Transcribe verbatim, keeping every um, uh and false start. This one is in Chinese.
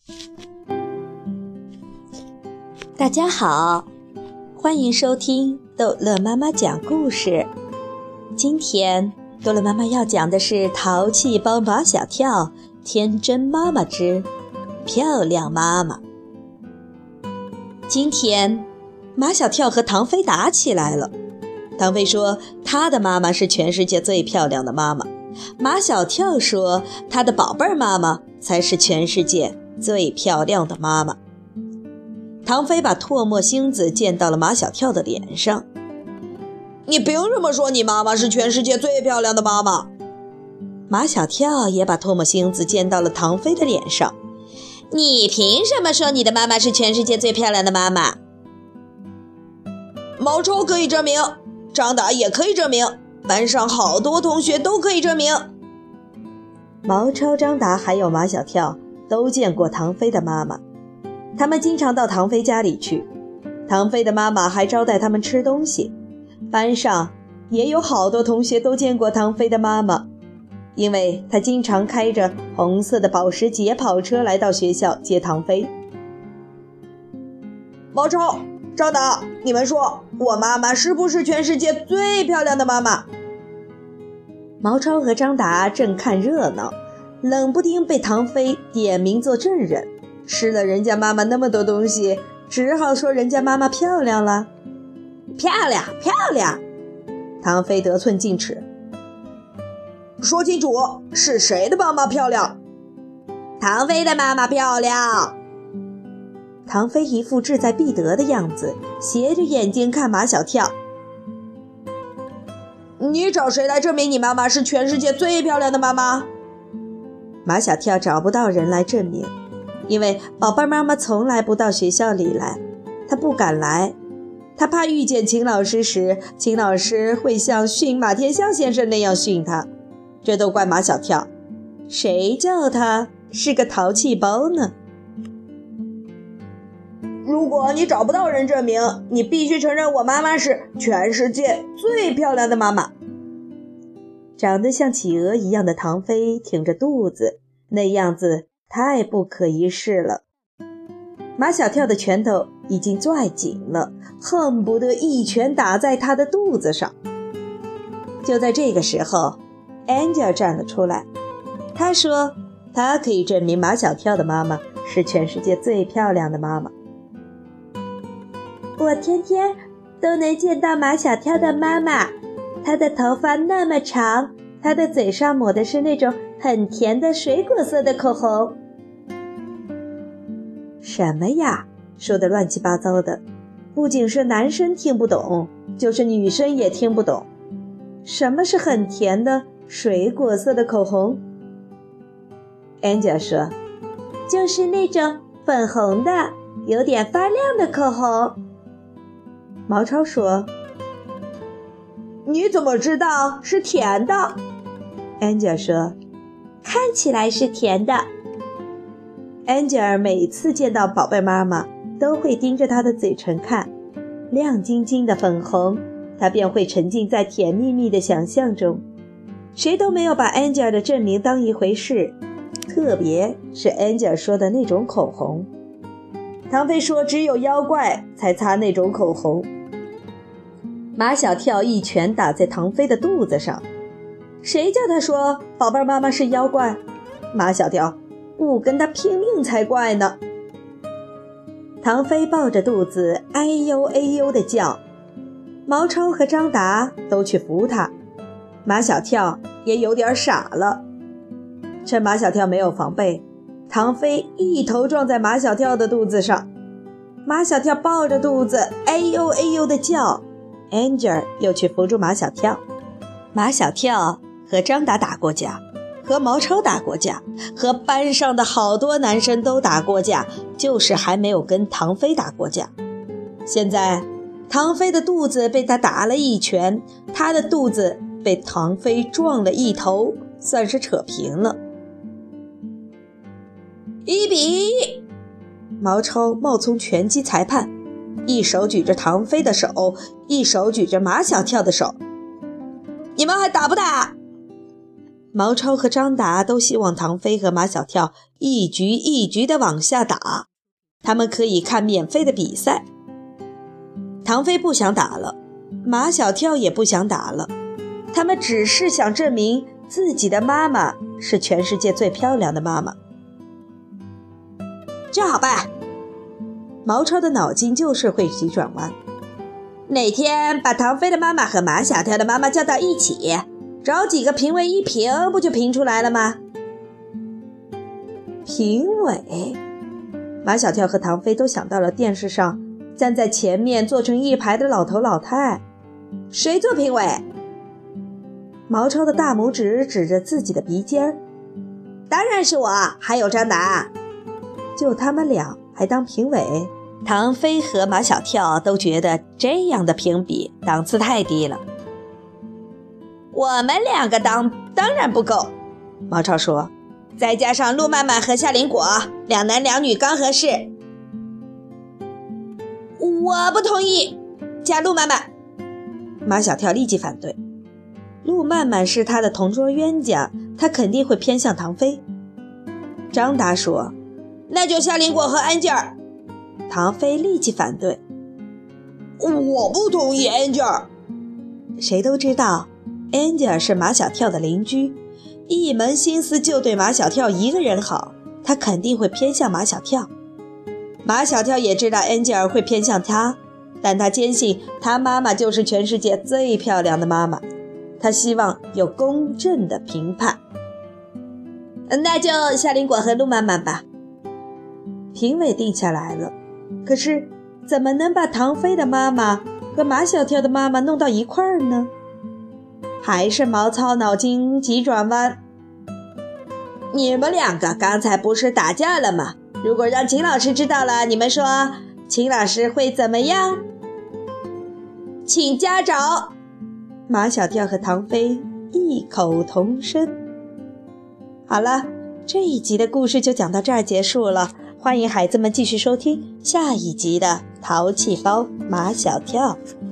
大家好，欢迎收听逗乐妈妈讲故事。今天逗乐妈妈要讲的是淘气包马小跳天真妈妈之漂亮妈妈。今天马小跳和唐飞打起来了，唐飞说他的妈妈是全世界最漂亮的妈妈，马小跳说他的宝贝儿妈妈才是全世界最漂亮的妈妈。唐飞把唾沫星子溅到了马小跳的脸上。 你凭什么说你妈妈是全世界最漂亮的妈妈？ 马小跳也把唾沫星子溅到了唐飞的脸上。你凭什么说你的妈妈是全世界最漂亮的妈妈？ 毛超可以证明，张达也可以证明，班上好多同学都可以证明。 毛超、张达还有马小跳都见过唐飞的妈妈，他们经常到唐飞家里去，唐飞的妈妈还招待他们吃东西。班上也有好多同学都见过唐飞的妈妈，因为她经常开着红色的保时捷跑车来到学校接唐飞。 毛超、张达，你们说我妈妈是不是全世界最漂亮的妈妈？ 毛超和张达正看热闹，冷不丁被唐飞点名做证人，吃了人家妈妈那么多东西，只好说人家妈妈漂亮了。漂亮漂亮，唐飞得寸进尺。 说清楚，是谁的妈妈漂亮？ 唐飞的妈妈漂亮。唐飞一副志在必得的样子，斜着眼睛看马小跳。 你找谁来证明你妈妈是全世界最漂亮的妈妈？ 马小跳找不到人来证明，因为宝贝妈妈从来不到学校里来，他不敢来，他怕遇见秦老师时，秦老师会像训马天笑先生那样训他。这都怪马小跳，谁叫他是个淘气包呢？ 如果你找不到人证明，你必须承认我妈妈是全世界最漂亮的妈妈。 长得像企鹅一样的唐飞挺着肚子，那样子太不可一世了。马小跳的拳头已经攥紧了，恨不得一拳打在他的肚子上。就在这个时候 Angel 站了出来，他说他可以证明马小跳的妈妈是全世界最漂亮的妈妈。我天天都能见到马小跳的妈妈，她的头发那么长，她的嘴上抹的是那种很甜的水果色的口红。什么呀，说的乱七八糟的，不仅是男生听不懂，就是女生也听不懂。什么是很甜的水果色的口红？ Angel 说，就是那种粉红的有点发亮的口红。毛超说， 你怎么知道是甜的？ Angel 说，看起来是甜的。Angel 每次见到宝贝妈妈都会盯着她的嘴唇看，亮晶晶的粉红，她便会沉浸在甜蜜蜜的想象中。谁都没有把 Angel 的证明当一回事，特别是 Angel 说的那种口红。唐飞说只有妖怪才擦那种口红。马小跳一拳打在唐飞的肚子上。谁叫他说宝贝妈妈是妖怪？马小跳不跟他拼命才怪呢。唐飞抱着肚子哎呦哎呦地叫，毛超和张达都去扶他，马小跳也有点傻了。趁马小跳没有防备，唐飞一头撞在马小跳的肚子上，马小跳抱着肚子哎呦哎呦地叫。Angel 又去扶住马小跳。马小跳和张达打过架，和毛超打过架，和班上的好多男生都打过架，就是还没有跟唐飞打过架。现在唐飞的肚子被他打了一拳，他的肚子被唐飞撞了一头，算是扯平了。一比，毛超冒充拳击裁判，一手举着唐飞的手，一手举着马小跳的手。你们还打不打？ 毛超和张达都希望唐飞和马小跳一局一局地往下打，他们可以看免费的比赛。唐飞不想打了，马小跳也不想打了，他们只是想证明自己的妈妈是全世界最漂亮的妈妈。 这好办， 毛超的脑筋就是会急转弯。 哪天把唐飞的妈妈和马小跳的妈妈叫到一起，找几个评委一评，不就评出来了吗？ 评委？马小跳和唐飞都想到了电视上站在前面坐成一排的老头老太。 谁做评委？ 毛超的大拇指指着自己的鼻尖儿。 当然是我，还有张达。 就他们俩还当评委？唐飞和马小跳都觉得这样的评比档次太低了。 我们两个当当然不够， 毛超说， 再加上陆漫漫和夏林果，两男两女刚合适。我不同意，加陆漫漫。 马小跳立即反对，陆漫漫是他的同桌冤家，他肯定会偏向唐飞。张达说， 那就夏林果和安吉尔。 唐飞立即反对， 我不同意安吉尔。 谁都知道安吉尔是马小跳的邻居，一门心思就对马小跳一个人好，他肯定会偏向马小跳。马小跳也知道安吉尔会偏向他，但他坚信他妈妈就是全世界最漂亮的妈妈，他希望有公正的评判。 那就夏林果和陆漫漫吧。 评委定下来了，可是怎么能把唐飞的妈妈和马小跳的妈妈弄到一块儿呢？还是毛超脑筋急转弯。 你们两个刚才不是打架了吗？如果让秦老师知道了，你们说秦老师会怎么样？请家长。 马小跳和唐飞异口同声。好了，这一集的故事就讲到这儿结束了，欢迎孩子们继续收听下一集的淘气包马小跳。